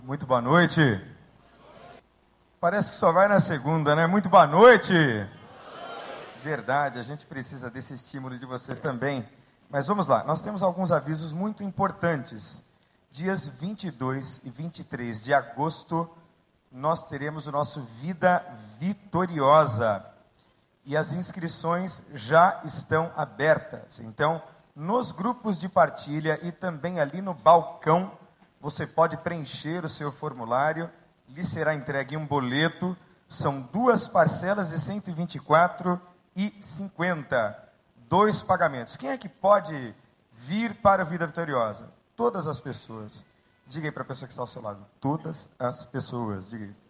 Muito boa noite. Parece que só vai na segunda, né? Muito boa noite. Verdade, a gente precisa desse estímulo de vocês também. Mas vamos lá, nós temos alguns avisos muito importantes. Dias 22 e 23 de agosto, nós teremos o nosso Vida Vitoriosa. E as inscrições já estão abertas. Então, nos grupos de partilha e também ali no balcão, você pode preencher o seu formulário, lhe será entregue um boleto, são 2 parcelas de R$ 124,50, 2 pagamentos. Quem é que pode vir para a Vida Vitoriosa? Todas as pessoas. Diga aí para a pessoa que está ao seu lado. Todas as pessoas, diga aí.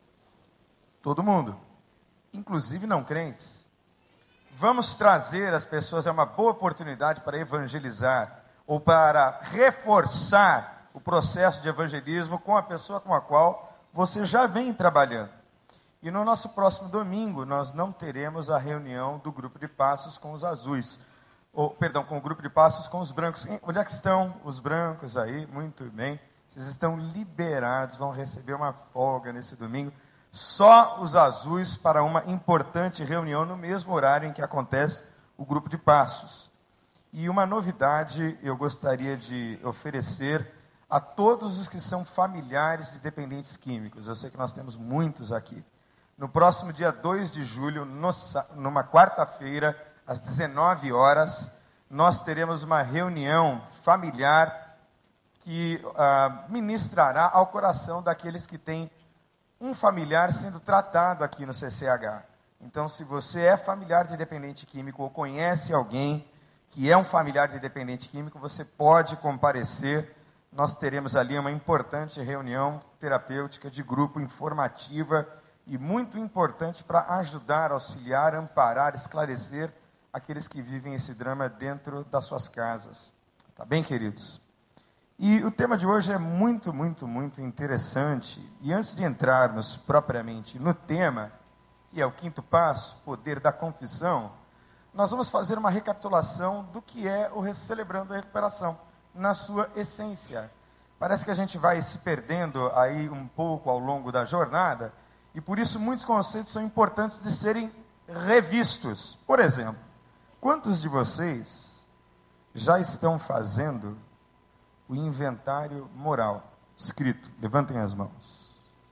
Todo mundo, inclusive não crentes. Vamos trazer as pessoas, é uma boa oportunidade para evangelizar, ou para reforçar o processo de evangelismo com a pessoa com a qual você já vem trabalhando. E no nosso próximo domingo, nós não teremos a reunião do grupo de passos com os azuis. Com o grupo de passos com os brancos. Onde é que estão os brancos aí? Muito bem. Vocês estão liberados, vão receber uma folga nesse domingo. Só os azuis para uma importante reunião no mesmo horário em que acontece o grupo de passos. E uma novidade eu gostaria de oferecer a todos os que são familiares de dependentes químicos. Eu sei que nós temos muitos aqui. No próximo dia 2 de julho, numa quarta-feira, às 19 horas, nós teremos uma reunião familiar que ministrará ao coração daqueles que têm um familiar sendo tratado aqui no CCH. Então, se você é familiar de dependente químico ou conhece alguém que é um familiar de dependente químico, você pode comparecer. Nós teremos ali uma importante reunião terapêutica de grupo informativa e muito importante para ajudar, auxiliar, amparar, esclarecer aqueles que vivem esse drama dentro das suas casas. Tá bem, queridos? E o tema de hoje é muito, muito, muito interessante. E antes de entrarmos propriamente no tema, que é o 5º passo, poder da confissão, nós vamos fazer uma recapitulação do que é o Celebrando a Recuperação, na sua essência. Parece que a gente vai se perdendo aí um pouco ao longo da jornada, e por isso muitos conceitos são importantes de serem revistos. Por exemplo, quantos de vocês já estão fazendo o inventário moral escrito? Levantem as mãos.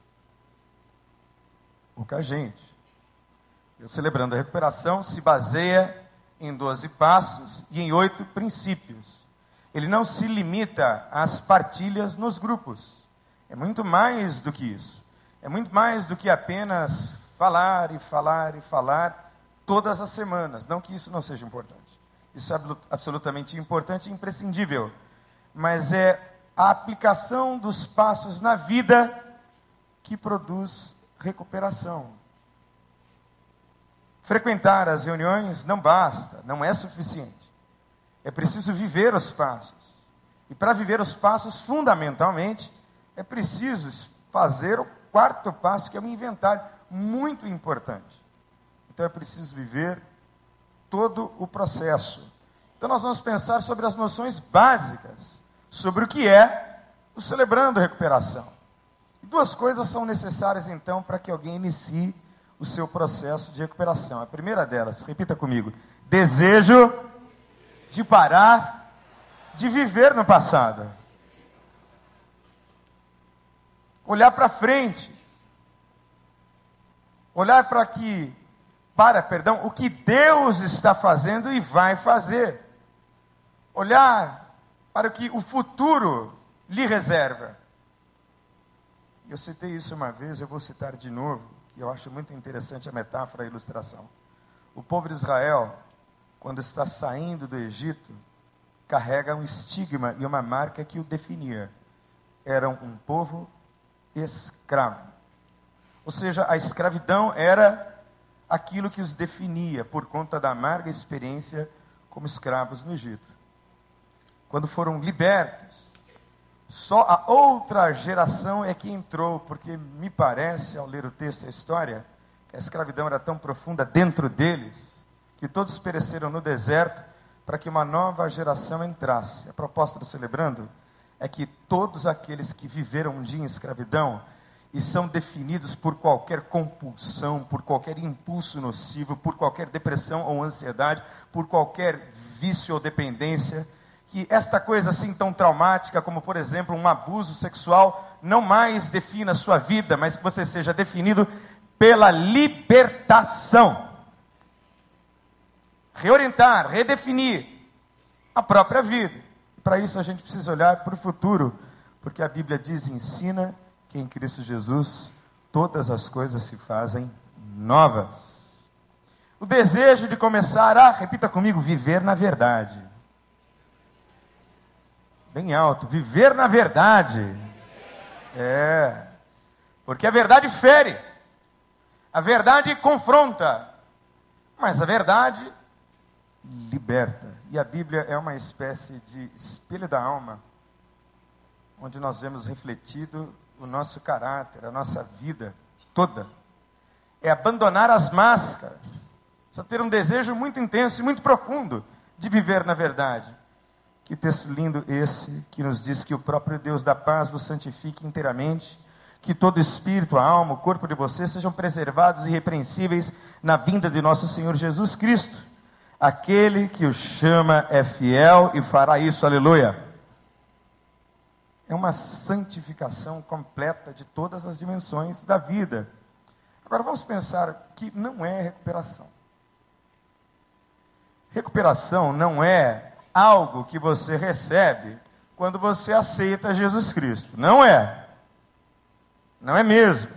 Pouca gente. Eu Celebrando a Recuperação se baseia em 12 passos e em 8 princípios. Ele não se limita às partilhas nos grupos. É muito mais do que isso. É muito mais do que apenas falar e falar e falar todas as semanas. Não que isso não seja importante. Isso é absolutamente importante e imprescindível. Mas é a aplicação dos passos na vida que produz recuperação. Frequentar as reuniões não basta, não é suficiente. É preciso viver os passos. E para viver os passos, fundamentalmente, é preciso fazer o 4º passo, que é um inventário muito importante. Então é preciso viver todo o processo. Então nós vamos pensar sobre as noções básicas, sobre o que é o Celebrando a Recuperação. E 2 coisas são necessárias, então, para que alguém inicie o seu processo de recuperação. A primeira delas, repita comigo: desejo de parar de viver no passado. Olhar para frente. Olhar o que Deus está fazendo e vai fazer. Olhar para o que o futuro lhe reserva. Eu citei isso uma vez, eu vou citar de novo, e eu acho muito interessante a metáfora, a ilustração. O povo de Israel, quando está saindo do Egito, carrega um estigma e uma marca que o definia. Eram um povo escravo. Ou seja, a escravidão era aquilo que os definia, por conta da amarga experiência como escravos no Egito. Quando foram libertos, só a outra geração é que entrou, porque me parece, ao ler o texto e a história, que a escravidão era tão profunda dentro deles, que todos pereceram no deserto, para que uma nova geração entrasse. A proposta do Celebrando é que todos aqueles que viveram um dia em escravidão e são definidos por qualquer compulsão, por qualquer impulso nocivo, por qualquer depressão ou ansiedade, por qualquer vício ou dependência, que esta coisa assim tão traumática como, por exemplo, um abuso sexual, não mais defina a sua vida, mas que você seja definido pela libertação. Reorientar, redefinir a própria vida. Para isso a gente precisa olhar para o futuro, porque a Bíblia diz, ensina que em Cristo Jesus todas as coisas se fazem novas. O desejo de começar a, repita comigo, viver na verdade. Bem alto, viver na verdade. Porque a verdade fere, a verdade confronta, mas a verdade liberta. E a Bíblia é uma espécie de espelho da alma, onde nós vemos refletido o nosso caráter, a nossa vida toda. É abandonar as máscaras. Precisa ter um desejo muito intenso e muito profundo de viver na verdade. Que texto lindo esse, que nos diz que o próprio Deus da paz vos santifique inteiramente, que todo espírito, a alma, o corpo de vocês sejam preservados e irrepreensíveis na vinda de nosso Senhor Jesus Cristo. Aquele que o chama é fiel e fará isso, aleluia. É uma santificação completa de todas as dimensões da vida. Agora vamos pensar que não é recuperação. Recuperação não é algo que você recebe quando você aceita Jesus Cristo. Não é. Não é mesmo.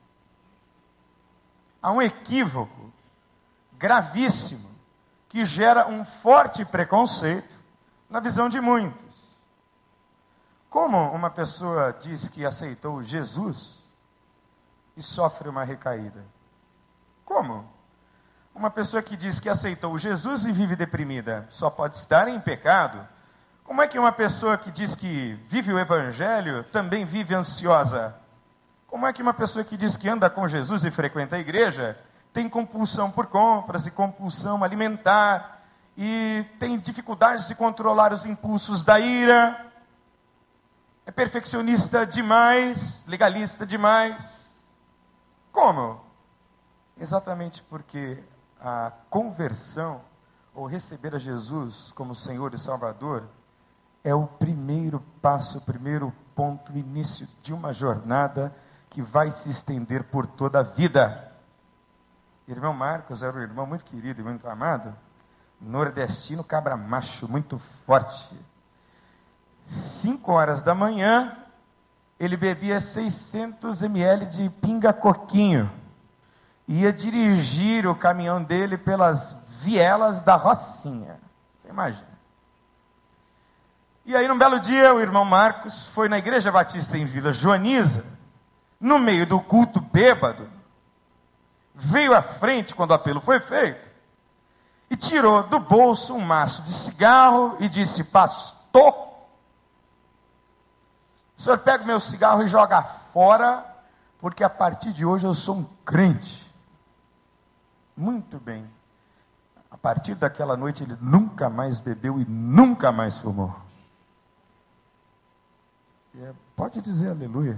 Há um equívoco gravíssimo que gera um forte preconceito na visão de muitos. Como uma pessoa diz que aceitou Jesus e sofre uma recaída? Como? Uma pessoa que diz que aceitou Jesus e vive deprimida só pode estar em pecado? Como é que uma pessoa que diz que vive o Evangelho também vive ansiosa? Como é que uma pessoa que diz que anda com Jesus e frequenta a igreja tem compulsão por compras e compulsão alimentar e tem dificuldades de controlar os impulsos da ira? É perfeccionista demais, legalista demais. Como? Exatamente porque a conversão, ou receber a Jesus como Senhor e Salvador, é o primeiro passo, o primeiro ponto, início de uma jornada que vai se estender por toda a vida. Irmão Marcos era um irmão muito querido e muito amado, nordestino, cabra macho, muito forte. 5 horas da manhã, ele bebia 600 ml de pinga-coquinho. Ia dirigir o caminhão dele pelas vielas da Rocinha. Você imagina. E aí, num belo dia, o irmão Marcos foi na Igreja Batista em Vila Joaniza, no meio do culto bêbado, veio à frente quando o apelo foi feito, e tirou do bolso um maço de cigarro e disse: pastor, o senhor pega o meu cigarro e joga fora, porque a partir de hoje eu sou um crente. Muito bem. A partir daquela noite ele nunca mais bebeu e nunca mais fumou. Pode dizer aleluia.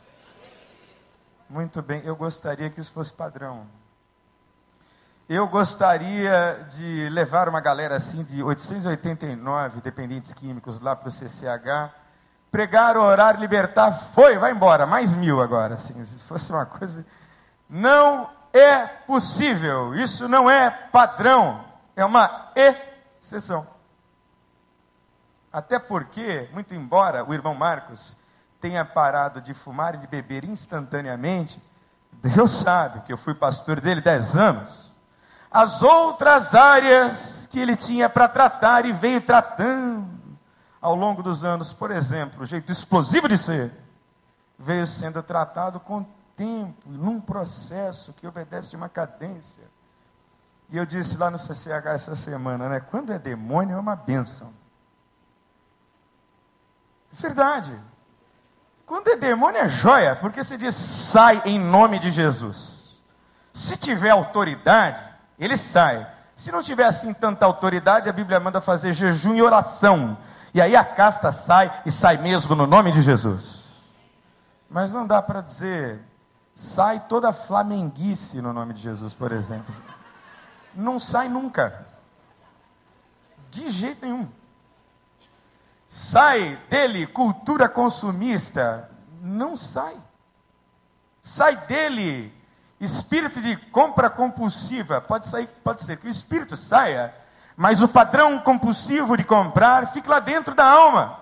Muito bem, eu gostaria que isso fosse padrão. Eu gostaria de levar uma galera assim de 889 dependentes químicos lá para o CCH, pregar, orar, libertar, vai embora, mais 1000 agora, assim, se fosse uma coisa. Não é possível, isso não é padrão, é uma exceção. Até porque, muito embora o irmão Marcos tenha parado de fumar e de beber instantaneamente, Deus sabe que eu fui pastor dele 10 anos, as outras áreas que ele tinha para tratar e veio tratando ao longo dos anos, por exemplo, o jeito explosivo de ser, veio sendo tratado com tempo, num processo que obedece uma cadência. E eu disse lá no CCH essa semana, né? Quando é demônio é uma bênção. Verdade. Quando é demônio é joia, porque você diz, sai em nome de Jesus. Se tiver autoridade, ele sai. Se não tiver assim tanta autoridade, a Bíblia manda fazer jejum e oração. E aí a casta sai, e sai mesmo no nome de Jesus. Mas não dá para dizer, sai toda a flamenguice no nome de Jesus, por exemplo. Não sai nunca. De jeito nenhum. Sai dele cultura consumista? Não sai. Sai dele espírito de compra compulsiva? Pode ser que o espírito saia, mas o padrão compulsivo de comprar fica lá dentro da alma.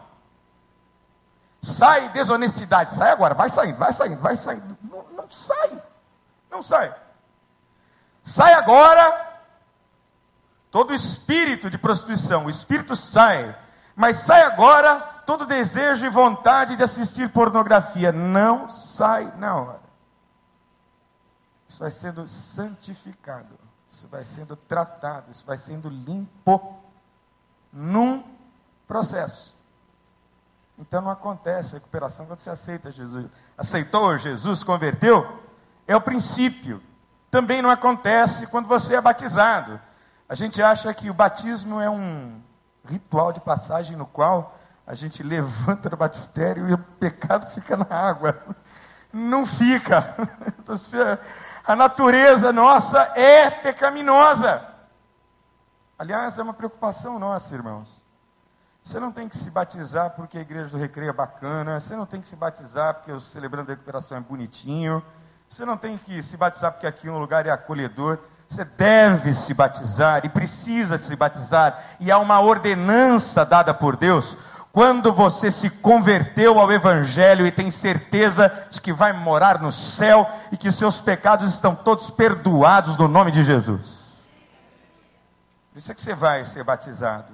Sai desonestidade, sai agora, vai saindo. Não sai, não sai. Sai agora todo espírito de prostituição, o espírito sai, mas sai agora todo desejo e vontade de assistir pornografia, não sai na hora. Isso vai sendo santificado, isso vai sendo tratado, isso vai sendo limpo num processo. Então não acontece recuperação quando você aceita Jesus. Aceitou Jesus, converteu, é o princípio. Também não acontece quando você é batizado. A gente acha que o batismo é um ritual de passagem no qual a gente levanta do batistério e o pecado fica na água. Não fica. A natureza nossa é pecaminosa. Aliás, é uma preocupação nossa, irmãos. Você não tem que se batizar porque a igreja do Recreio é bacana. Você não tem que se batizar porque o Celebrando a Recuperação é bonitinho. Você não tem que se batizar porque aqui um lugar é acolhedor. Você deve se batizar e precisa se batizar. E há uma ordenança dada por Deus. Quando você se converteu ao Evangelho e tem certeza de que vai morar no céu e que os seus pecados estão todos perdoados no nome de Jesus. Por isso é que você vai ser batizado.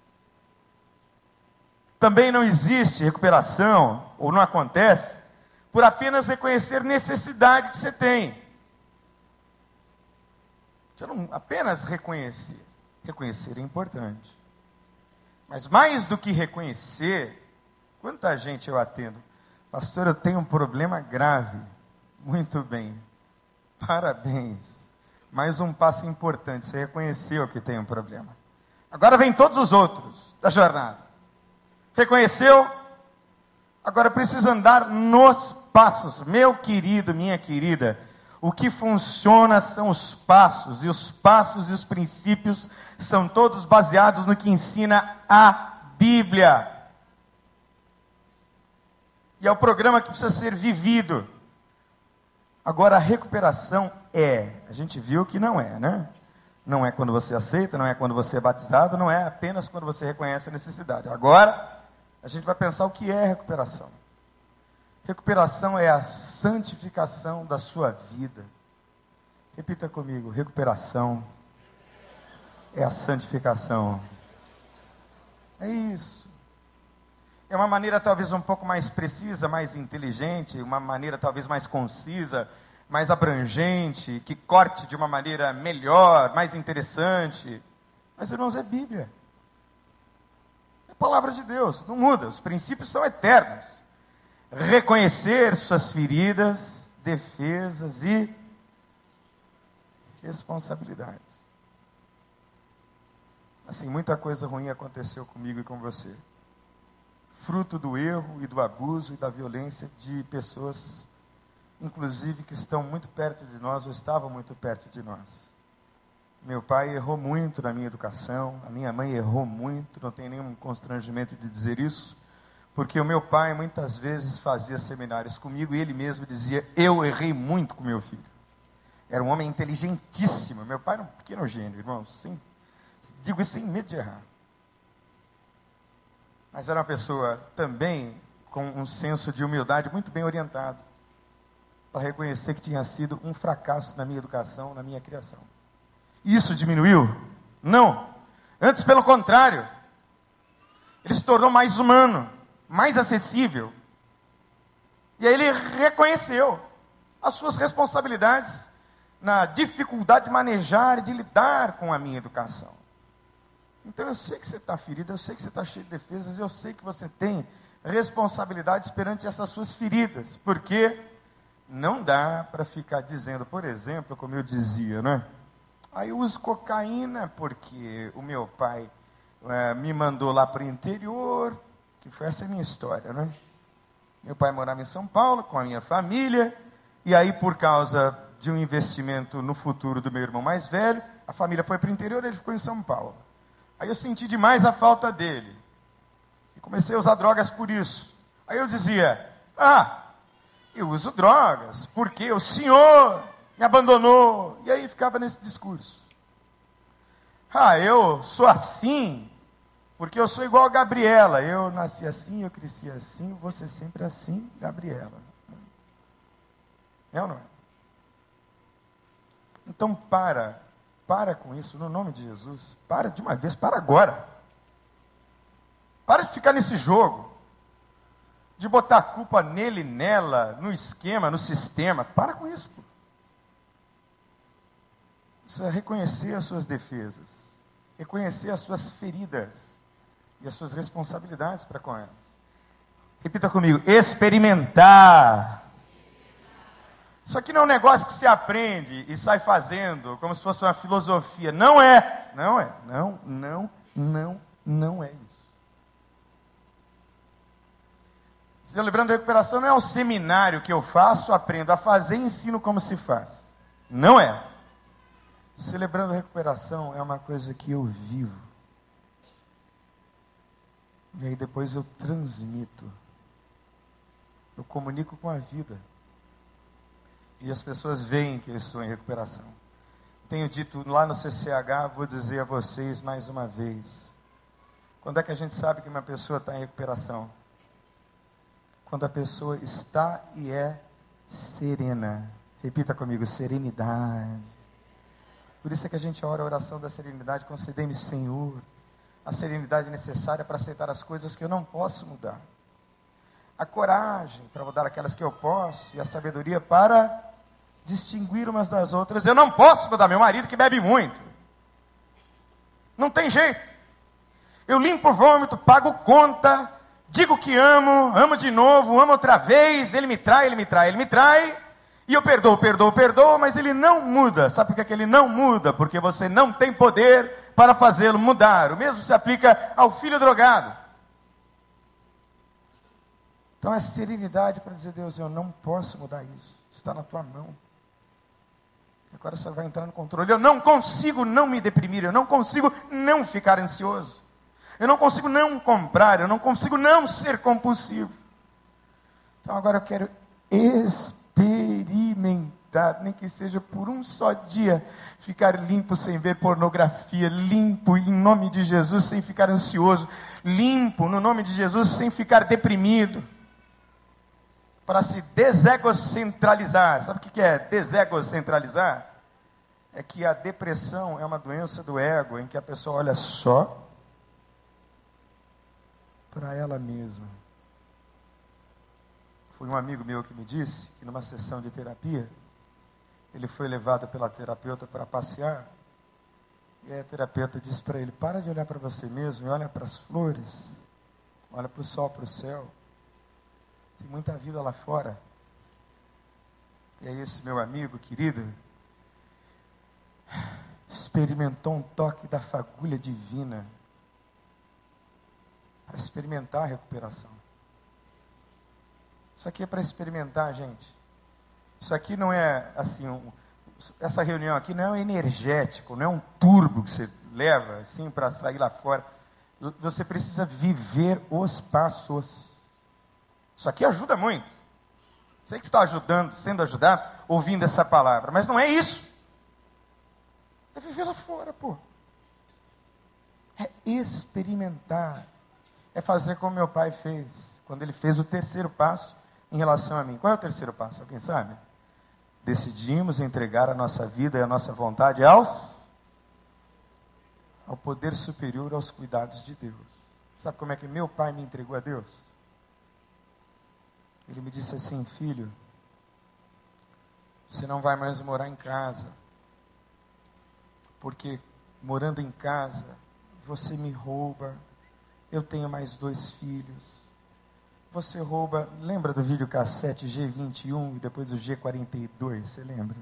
Também não existe recuperação, ou não acontece, por apenas reconhecer necessidade que você tem. Você não apenas reconhecer. Reconhecer é importante. Mas mais do que reconhecer, quanta gente eu atendo? Pastor, eu tenho um problema grave. Muito bem. Parabéns. Mais um passo importante. Você reconheceu que tem um problema. Agora vem todos os outros da jornada. Reconheceu? Agora precisa andar nos passos. Meu querido, minha querida, o que funciona são os passos, e os passos e os princípios são todos baseados no que ensina a Bíblia. E é o programa que precisa ser vivido. Agora, a recuperação a gente viu que não é, né? Não é quando você aceita, não é quando você é batizado, não é apenas quando você reconhece a necessidade. Agora, a gente vai pensar o que é recuperação. Recuperação é a santificação da sua vida. Repita comigo, recuperação é a santificação. É isso. É uma maneira talvez um pouco mais precisa, mais inteligente, uma maneira talvez mais concisa, mais abrangente, que corte de uma maneira melhor, mais interessante. Mas, irmãos, é Bíblia. É a palavra de Deus, não muda, os princípios são eternos. Reconhecer suas feridas, defesas e responsabilidades. Assim, muita coisa ruim aconteceu comigo e com você. Fruto do erro e do abuso e da violência de pessoas, inclusive que estão muito perto de nós ou estavam muito perto de nós. Meu pai errou muito na minha educação, a minha mãe errou muito, não tenho nenhum constrangimento de dizer isso, porque o meu pai muitas vezes fazia seminários comigo e ele mesmo dizia, eu errei muito com meu filho. Era um homem inteligentíssimo, meu pai era um pequeno gênio, irmãos, digo isso sem medo de errar. Mas era uma pessoa também com um senso de humildade muito bem orientado, para reconhecer que tinha sido um fracasso na minha educação, na minha criação. Isso diminuiu? Não. Antes, pelo contrário, ele se tornou mais humano, mais acessível. E aí ele reconheceu as suas responsabilidades na dificuldade de manejar e de lidar com a minha educação. Então eu sei que você está ferido, eu sei que você está cheio de defesas, eu sei que você tem responsabilidades perante essas suas feridas, porque não dá para ficar dizendo, por exemplo, como eu dizia, né? Aí eu uso cocaína porque o meu pai me mandou lá para o interior, que foi essa a minha história, né? Meu pai morava em São Paulo com a minha família, e aí por causa de um investimento no futuro do meu irmão mais velho, a família foi para o interior e ele ficou em São Paulo. Aí eu senti demais a falta dele, e comecei a usar drogas por isso. Aí eu dizia, eu uso drogas, porque o Senhor me abandonou, e aí ficava nesse discurso. Eu sou assim, porque eu sou igual a Gabriela. Eu nasci assim, eu cresci assim, vou ser sempre assim, Gabriela. É ou não é? Então para com isso, no nome de Jesus. Para de uma vez, para agora. Para de ficar nesse jogo, de botar a culpa nele, nela, no esquema, no sistema. Para com isso. Precisa reconhecer as suas defesas, reconhecer as suas feridas e as suas responsabilidades para com elas. Repita comigo, experimentar. Isso aqui não é um negócio que se aprende e sai fazendo, como se fosse uma filosofia. Não é, não é isso. Celebrando a recuperação não é um seminário que eu faço, aprendo a fazer e ensino como se faz. Não é. Celebrando a recuperação é uma coisa que eu vivo. E aí depois eu transmito. Eu comunico com a vida. E as pessoas veem que eu estou em recuperação. Tenho dito lá no CCH, vou dizer a vocês mais uma vez. Quando é que a gente sabe que uma pessoa está em recuperação? Quando a pessoa está e é serena. Repita comigo, serenidade. Por isso é que a gente ora a oração da serenidade, concedei-me, Senhor, a serenidade necessária para aceitar as coisas que eu não posso mudar. A coragem para mudar aquelas que eu posso, e a sabedoria para distinguir umas das outras. Eu não posso mudar meu marido que bebe muito. Não tem jeito. Eu limpo o vômito, pago conta, digo que amo de novo, amo outra vez, ele me trai, e eu perdoo, mas ele não muda. Sabe por que ele não muda? Porque você não tem poder para fazê-lo mudar. O mesmo se aplica ao filho drogado. Então é serenidade para dizer, Deus, eu não posso mudar isso. Está na tua mão. Agora você vai entrar no controle. Eu não consigo não me deprimir, eu não consigo não ficar ansioso. Eu não consigo não comprar, eu não consigo não ser compulsivo. Então agora eu quero experimentar, nem que seja por um só dia, ficar limpo sem ver pornografia, limpo em nome de Jesus sem ficar ansioso, limpo no nome de Jesus sem ficar deprimido, para se desegocentralizar. Sabe o que é desegocentralizar? É que a depressão é uma doença do ego, em que a pessoa olha só para ela mesma. Foi um amigo meu que me disse que numa sessão de terapia, ele foi levado pela terapeuta para passear, e a terapeuta disse para ele, para de olhar para você mesmo e olha para as flores, olha para o sol, para o céu, tem muita vida lá fora. E aí esse meu amigo querido, experimentou um toque da fagulha divina, para experimentar a recuperação. Isso aqui é para experimentar, gente. Isso aqui não é assim, essa reunião aqui não é um energético, não é um turbo que você leva assim para sair lá fora. Você precisa viver os passos. Isso aqui ajuda muito. Sei que está ajudando, sendo ajudado, ouvindo essa palavra, mas não é isso. É viver lá fora, pô. É experimentar. É fazer como meu pai fez, quando ele fez o terceiro passo em relação a mim. Qual é o terceiro passo? Alguém sabe? Decidimos entregar a nossa vida e a nossa vontade ao poder superior, aos cuidados de Deus. Sabe como é que meu pai me entregou a Deus? Ele me disse assim, filho, você não vai mais morar em casa, porque morando em casa, você me rouba. Eu tenho mais 2 filhos. Você rouba, lembra do videocassete G21 e depois o G42, você lembra?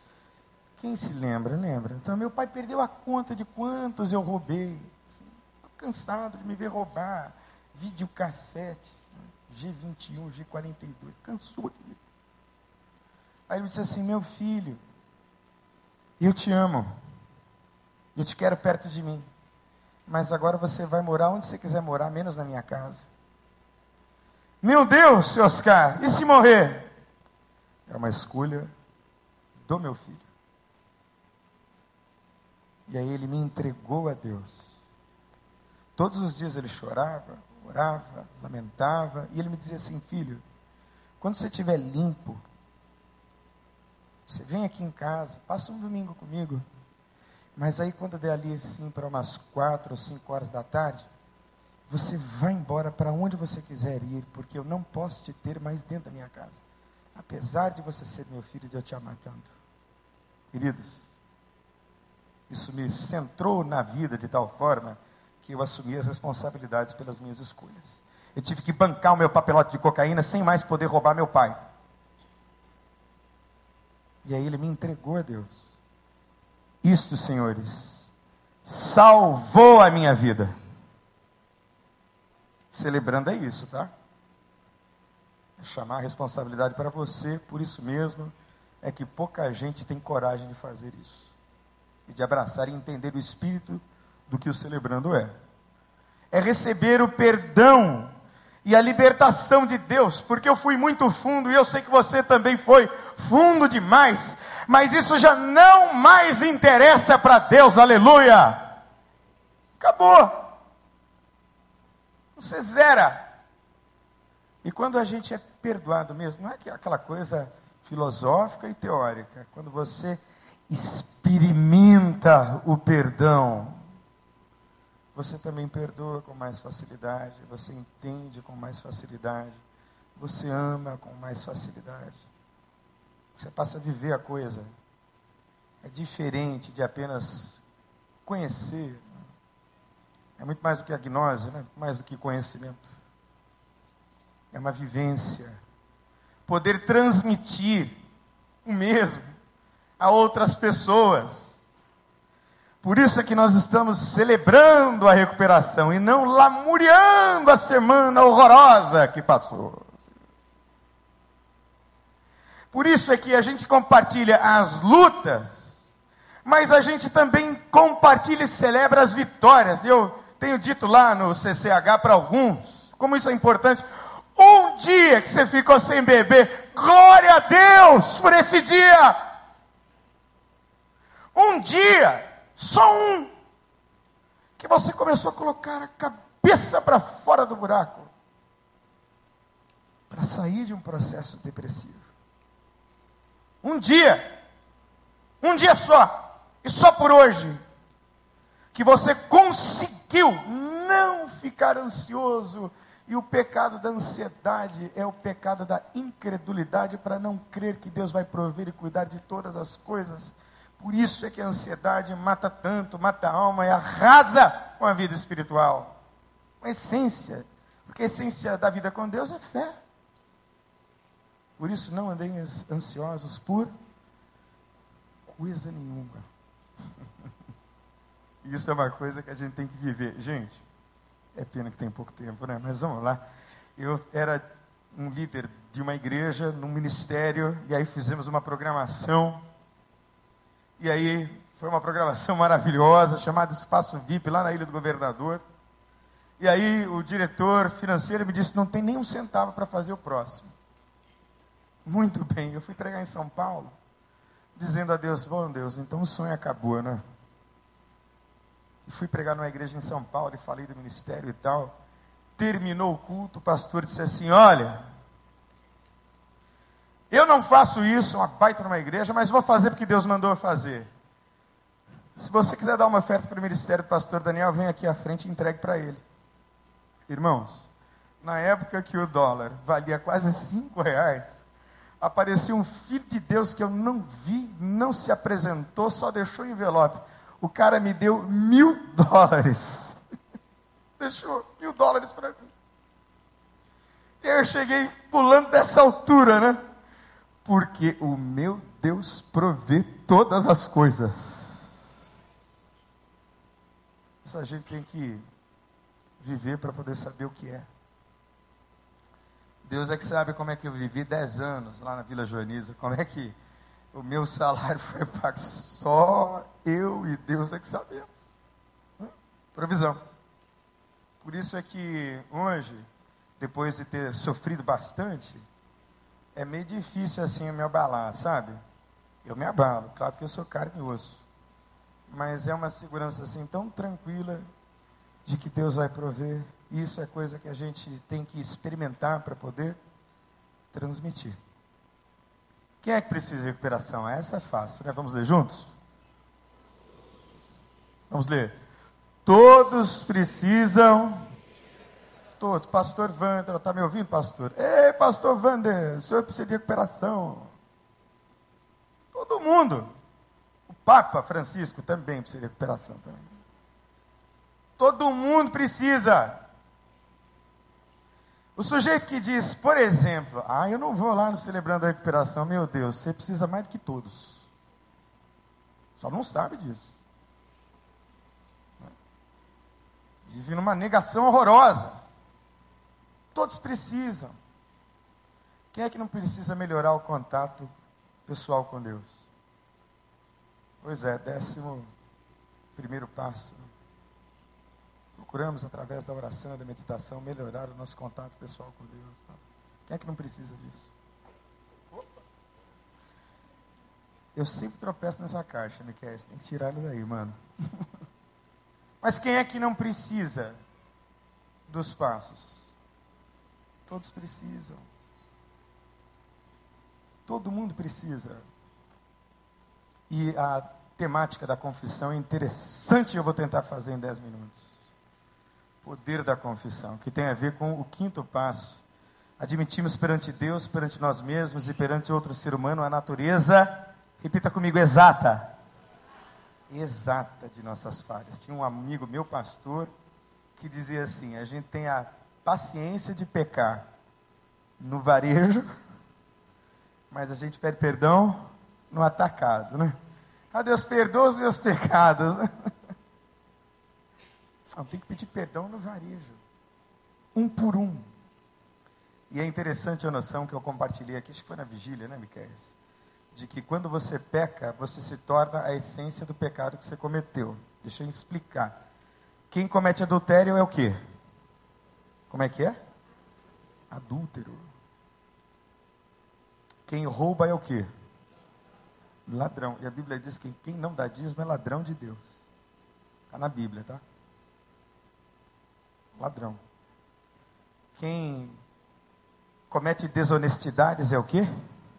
Quem se lembra? Lembra? Então meu pai perdeu a conta de quantos eu roubei. Assim, cansado de me ver roubar videocassete, G21, G42, cansou de mim. Aí ele me disse assim: meu filho, eu te amo, eu te quero perto de mim, mas agora você vai morar onde você quiser morar, menos na minha casa. Meu Deus, seu Oscar, e se morrer? É uma escolha do meu filho. E aí ele me entregou a Deus. Todos os dias ele chorava, orava, lamentava, e ele me dizia assim: filho, quando você estiver limpo, você vem aqui em casa, passa um domingo comigo, mas aí quando der ali assim para umas 4 ou 5 horas da tarde, você vai embora para onde você quiser ir, porque eu não posso te ter mais dentro da minha casa, apesar de você ser meu filho e de eu te amar tanto. Queridos, isso me centrou na vida de tal forma que eu assumi as responsabilidades pelas minhas escolhas. Eu tive que bancar o meu papelote de cocaína sem mais poder roubar meu pai. E aí ele me entregou a Deus. Isto, senhores, salvou a minha vida. Celebrando é isso, tá? É chamar a responsabilidade para você, por isso mesmo é que pouca gente tem coragem de fazer isso. E de abraçar e entender o espírito do que o celebrando é. É receber o perdão e a libertação de Deus, porque eu fui muito fundo, e eu sei que você também foi fundo demais, mas isso já não mais interessa para Deus, aleluia! Acabou! Você zera. E quando a gente é perdoado mesmo, não é aquela coisa filosófica e teórica, quando você experimenta o perdão, você também perdoa com mais facilidade, você entende com mais facilidade, você ama com mais facilidade. Você passa a viver a coisa. É diferente de apenas conhecer. É muito mais do que a gnose, né? Mais do que conhecimento. É uma vivência. Poder transmitir o mesmo a outras pessoas. Por isso é que nós estamos celebrando a recuperação e não lamuriando a semana horrorosa que passou. Por isso é que a gente compartilha as lutas, mas a gente também compartilha e celebra as vitórias. Eu tenho dito lá no CCH para alguns, como isso é importante. Um dia que você ficou sem beber, glória a Deus por esse dia. Um dia, só um, que você começou a colocar a cabeça para fora do buraco, para sair de um processo depressivo. Um dia só, e só por hoje, que você conseguiu não ficar ansioso. E o pecado da ansiedade é o pecado da incredulidade, para não crer que Deus vai prover e cuidar de todas as coisas. Por isso é que a ansiedade mata tanto, mata a alma e arrasa com a vida espiritual. A essência, porque a essência da vida com Deus é fé. Por isso não andem ansiosos por coisa nenhuma. Isso é uma coisa que a gente tem que viver. Gente, é pena que tem pouco tempo, né? Mas vamos lá. Eu era um líder de uma igreja, num ministério, e aí fizemos uma programação. E aí foi uma programação maravilhosa, chamada Espaço VIP, lá na Ilha do Governador. E aí o diretor financeiro me disse: não tem nem um centavo para fazer o próximo. Muito bem, eu fui pregar em São Paulo, dizendo a Deus: bom Deus, então o sonho acabou, né? E fui pregar numa igreja em São Paulo e falei do ministério e tal. Terminou o culto, o pastor disse assim: olha, eu não faço isso, uma baita numa igreja, mas vou fazer porque Deus mandou eu fazer. Se você quiser dar uma oferta para o ministério do pastor Daniel, vem aqui à frente e entregue para ele. Irmãos, na época que o dólar valia quase R$5, apareceu um filho de Deus que eu não vi, não se apresentou, só deixou o envelope. O cara me deu $1.000. Deixou $1.000 para mim. E eu cheguei pulando dessa altura, né? Porque o meu Deus provê todas as coisas. Isso a gente tem que viver para poder saber o que é. Deus é que sabe como é que eu vivi 10 anos lá na Vila Joaniza, como é que o meu salário foi pago. Só eu e Deus é que sabemos. Provisão. Por isso é que hoje, depois de ter sofrido bastante, é meio difícil assim eu me abalar, sabe? Eu me abalo, claro que eu sou carne e osso. Mas é uma segurança assim tão tranquila de que Deus vai prover. Isso é coisa que a gente tem que experimentar para poder transmitir. Quem é que precisa de recuperação? Essa é fácil, né? Vamos ler juntos? Vamos ler. Todos precisam. Todos. Pastor Wander, está me ouvindo, pastor? Ei, pastor Wander, o senhor precisa de recuperação. Todo mundo. O Papa Francisco também precisa de recuperação. Também. Todo mundo precisa. O sujeito que diz, por exemplo, eu não vou lá no Celebrando a Recuperação, meu Deus, você precisa mais do que todos. Só não sabe disso. Vive numa negação horrorosa. Todos precisam. Quem é que não precisa melhorar o contato pessoal com Deus? Pois é, 11º passo. Procuramos, através da oração e da meditação, melhorar o nosso contato pessoal com Deus. Tá? Quem é que não precisa disso? Opa. Eu sempre tropeço nessa caixa, Miquel. Você tem que tirar ele daí, mano. Mas quem é que não precisa dos passos? Todos precisam. Todo mundo precisa. E a temática da confissão é interessante, eu vou tentar fazer em 10 minutos. Poder da confissão, que tem a ver com o 5º passo. Admitimos perante Deus, perante nós mesmos e perante outro ser humano a natureza, repita comigo, exata de nossas falhas. Tinha um amigo meu, pastor, que dizia assim, a gente tem a paciência de pecar no varejo, mas a gente pede perdão no atacado, né? Deus, perdoa os meus pecados. Não, tem que pedir perdão no varejo, um por um. E é interessante a noção que eu compartilhei aqui, acho que foi na vigília, né, Miquel? De que quando você peca, você se torna a essência do pecado que você cometeu. Deixa eu explicar. Quem comete adultério é o quê? Como é que é? Adúltero. Quem rouba é o quê? Ladrão. E a Bíblia diz que quem não dá dízimo é ladrão de Deus. Está na Bíblia, tá? Ladrão. Quem comete desonestidades é o quê?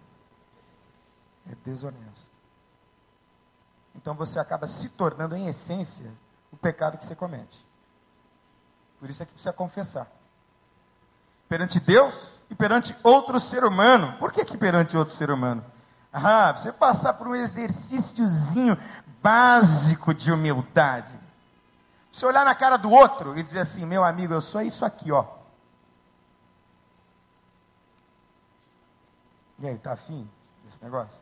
É desonesto. Então você acaba se tornando, em essência, o pecado que você comete. Por isso é que precisa confessar. Perante Deus e perante outro ser humano. Por que perante outro ser humano? Você passar por um exercíciozinho básico de humildade. Você olhar na cara do outro e dizer assim, meu amigo, eu sou isso aqui, ó. E aí, tá afim desse negócio?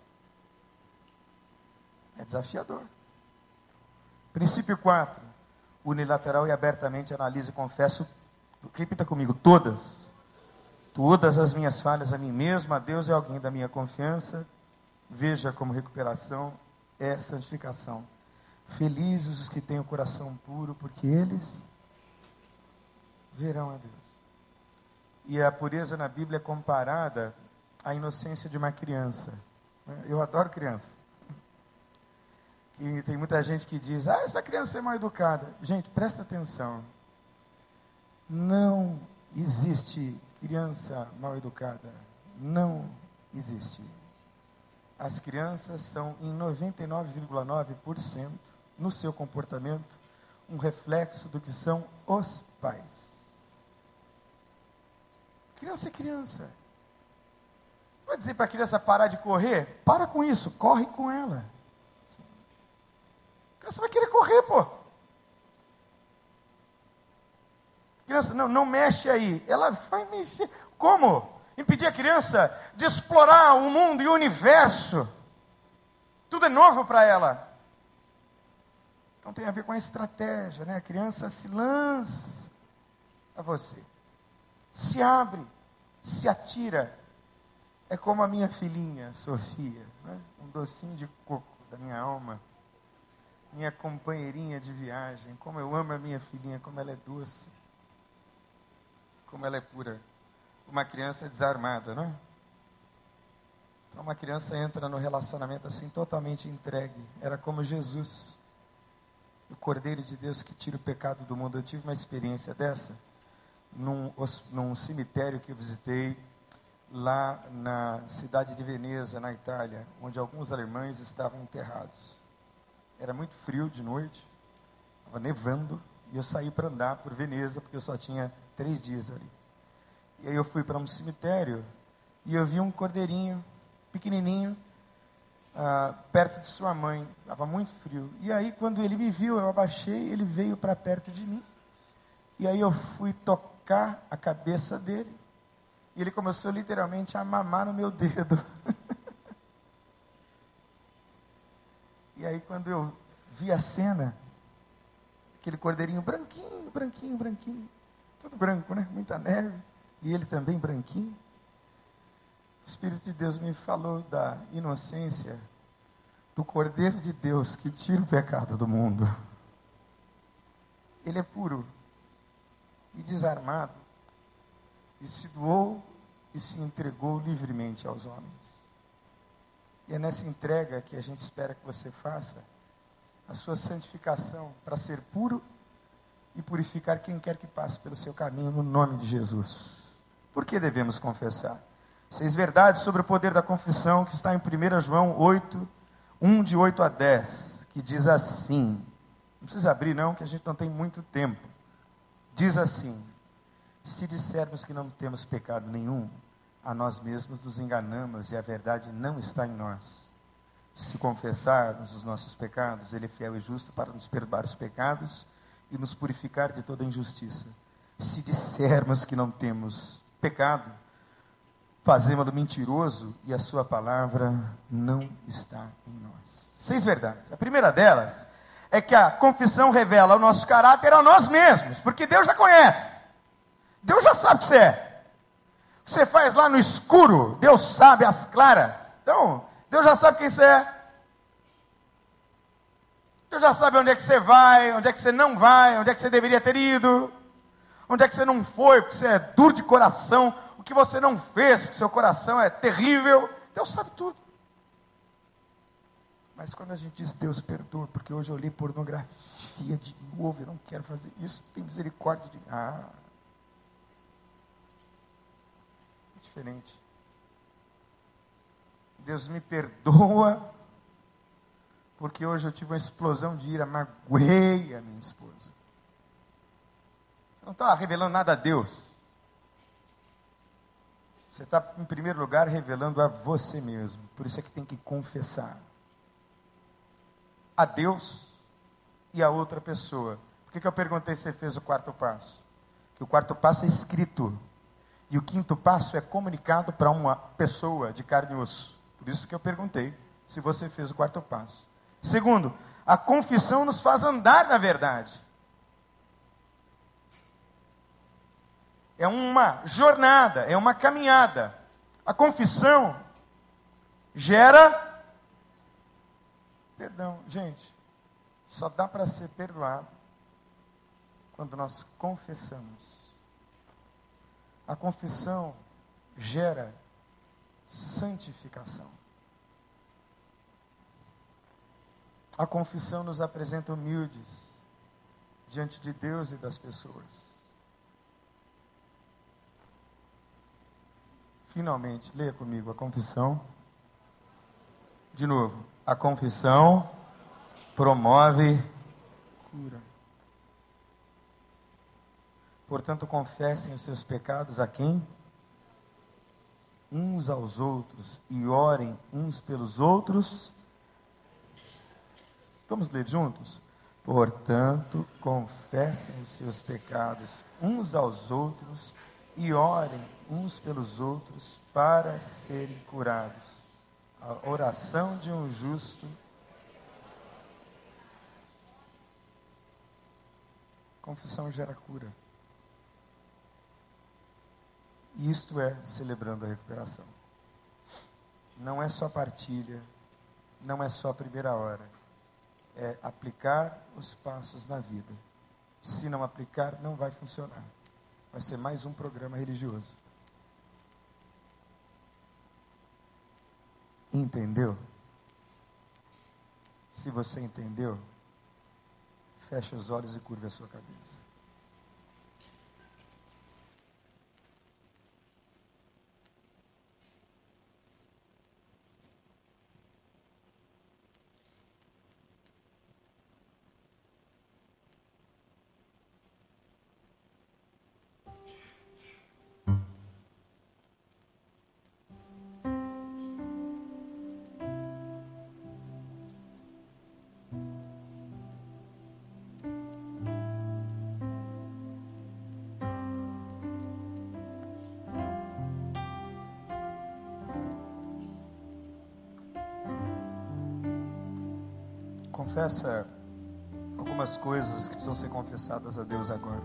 É desafiador. Princípio 4. Unilateral e abertamente analiso e confesso, repita comigo, todas as minhas falhas a mim mesmo, a Deus e a alguém da minha confiança. Veja como recuperação é santificação. Felizes os que têm o coração puro, porque eles verão a Deus. E a pureza na Bíblia é comparada à inocência de uma criança. Eu adoro criança. E tem muita gente que diz, essa criança é mal educada. Gente, presta atenção. Não existe criança mal educada. Não existe. As crianças são, em 99,9%, no seu comportamento, um reflexo do que são os pais. Criança é criança. Vai dizer para a criança parar de correr? Para com isso, corre com ela. A criança vai querer correr, pô. Criança, não mexe aí. Ela vai mexer. Como? Impedir a criança de explorar o mundo e o universo. Tudo é novo para ela. Então tem a ver com a estratégia, né? A criança se lança a você. Se abre, se atira. É como a minha filhinha, Sofia, né? Um docinho de coco da minha alma, minha companheirinha de viagem. Como eu amo a minha filhinha, como ela é doce, como ela é pura. Uma criança desarmada, não é? Então uma criança entra no relacionamento assim, totalmente entregue. Era como Jesus, o Cordeiro de Deus que tira o pecado do mundo. Eu tive uma experiência dessa num cemitério que eu visitei lá na cidade de Veneza, na Itália, onde alguns alemães estavam enterrados. Era muito frio de noite, estava nevando, e eu saí para andar por Veneza, porque eu só tinha 3 dias ali. E aí eu fui para um cemitério, e eu vi um cordeirinho, pequenininho, perto de sua mãe. Estava muito frio. E aí, quando ele me viu, eu abaixei, ele veio para perto de mim. E aí eu fui tocar a cabeça dele. E ele começou literalmente a mamar no meu dedo. E aí, quando eu vi a cena, aquele cordeirinho branquinho, branquinho, branquinho, tudo branco, né? Muita neve. E ele também branquinho. O Espírito de Deus me falou da inocência do Cordeiro de Deus que tira o pecado do mundo. Ele é puro e desarmado, e se doou e se entregou livremente aos homens. E é nessa entrega que a gente espera que você faça a sua santificação para ser puro e purificar quem quer que passe pelo seu caminho, no nome de Jesus. Por que devemos confessar? 6 verdades sobre o poder da confissão, que está em 1 João 8, 1 de 8 a 10, que diz assim, não precisa abrir não, que a gente não tem muito tempo. Diz assim: se dissermos que não temos pecado nenhum, a nós mesmos nos enganamos e a verdade não está em nós. Se confessarmos os nossos pecados, Ele é fiel e justo para nos perdoar os pecados e nos purificar de toda injustiça. Se dissermos que não temos pecado, fazemos-lo mentiroso e a sua palavra não está em nós. 6 verdades. A primeira delas é que a confissão revela o nosso caráter a nós mesmos, porque Deus já conhece. Deus já sabe o que você é. O que você faz lá no escuro, Deus sabe às claras. Então, Deus já sabe quem você é. Deus já sabe onde é que você vai, onde é que você não vai, onde é que você deveria ter ido, onde é que você não foi, porque você é duro de coração, o que você não fez, porque seu coração é terrível. Deus sabe tudo. Mas quando a gente diz Deus perdoa, porque hoje eu li pornografia de novo, eu não quero fazer isso, tem misericórdia de mim. É diferente. Deus me perdoa, porque hoje eu tive uma explosão de ira, magoei a minha esposa. Você não está revelando nada a Deus. Você está, em primeiro lugar, revelando a você mesmo. Por isso é que tem que confessar a Deus e a outra pessoa. Por que eu perguntei se você fez o 4º passo? Porque o 4º passo é escrito. E o 5º passo é comunicado para uma pessoa de carne e osso. Por isso que eu perguntei se você fez o 4º passo. Segundo, a confissão nos faz andar na verdade. É uma jornada, é uma caminhada. A confissão gera perdão. Gente, só dá para ser perdoado quando nós confessamos. A confissão gera santificação. A confissão nos apresenta humildes diante de Deus e das pessoas. Finalmente, leia comigo a confissão. De novo, a confissão promove cura. Portanto, confessem os seus pecados a quem? Uns aos outros, e orem uns pelos outros. Vamos ler juntos? Portanto, confessem os seus pecados uns aos outros, e orem uns pelos outros para serem curados. A oração de um justo. Confissão gera cura. Isto é celebrando a recuperação. Não é só partilha, não é só a primeira hora. É aplicar os passos na vida. Se não aplicar, não vai funcionar. Vai ser mais um programa religioso. Entendeu? Se você entendeu, feche os olhos e curve a sua cabeça. Confessa algumas coisas que precisam ser confessadas a Deus agora.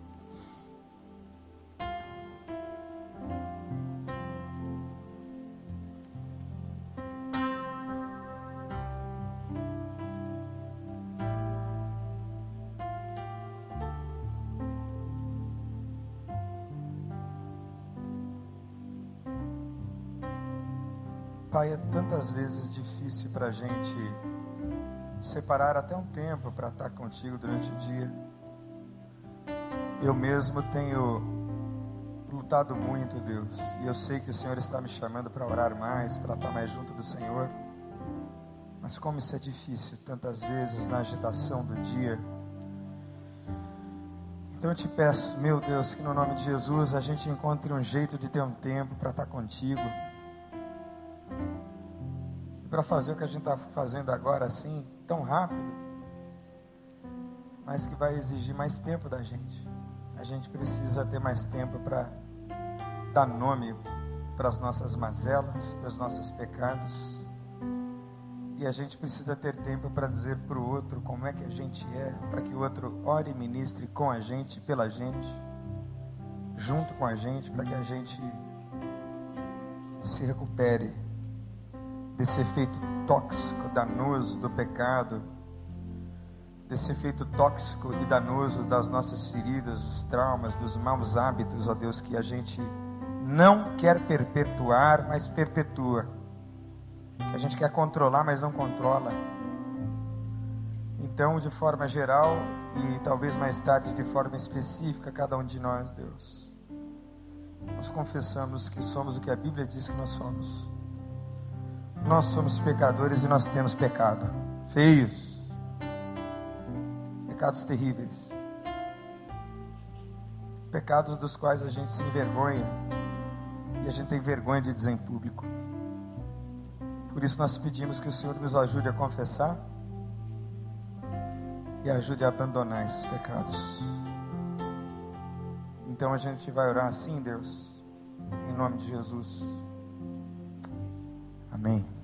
Pai, é tantas vezes difícil para a gente separar até um tempo para estar contigo durante o dia. Eu mesmo tenho lutado muito, Deus, e eu sei que o Senhor está me chamando para orar mais, para estar mais junto do Senhor, mas como isso é difícil tantas vezes na agitação do dia. Então eu te peço, meu Deus, que no nome de Jesus a gente encontre um jeito de ter um tempo para estar contigo, para fazer o que a gente está fazendo agora assim, tão rápido, mas que vai exigir mais tempo da gente. A gente precisa ter mais tempo para dar nome para as nossas mazelas, para os nossos pecados, e a gente precisa ter tempo para dizer para o outro como é que a gente é, para que o outro ore e ministre com a gente, pela gente, junto com a gente, para que a gente se recupere desse efeito tóxico, danoso do pecado, desse efeito tóxico e danoso das nossas feridas, dos traumas, dos maus hábitos, ó Deus, que a gente não quer perpetuar, mas perpetua, que a gente quer controlar, mas não controla. Então, de forma geral, e talvez mais tarde de forma específica, cada um de nós, Deus, nós confessamos que somos o que a Bíblia diz que nós somos. Nós somos pecadores e nós temos pecado, feios, pecados terríveis, pecados dos quais a gente se envergonha, e a gente tem vergonha de dizer em público. Por isso nós pedimos que o Senhor nos ajude a confessar e ajude a abandonar esses pecados. Então a gente vai orar assim, Deus, em nome de Jesus. Amém.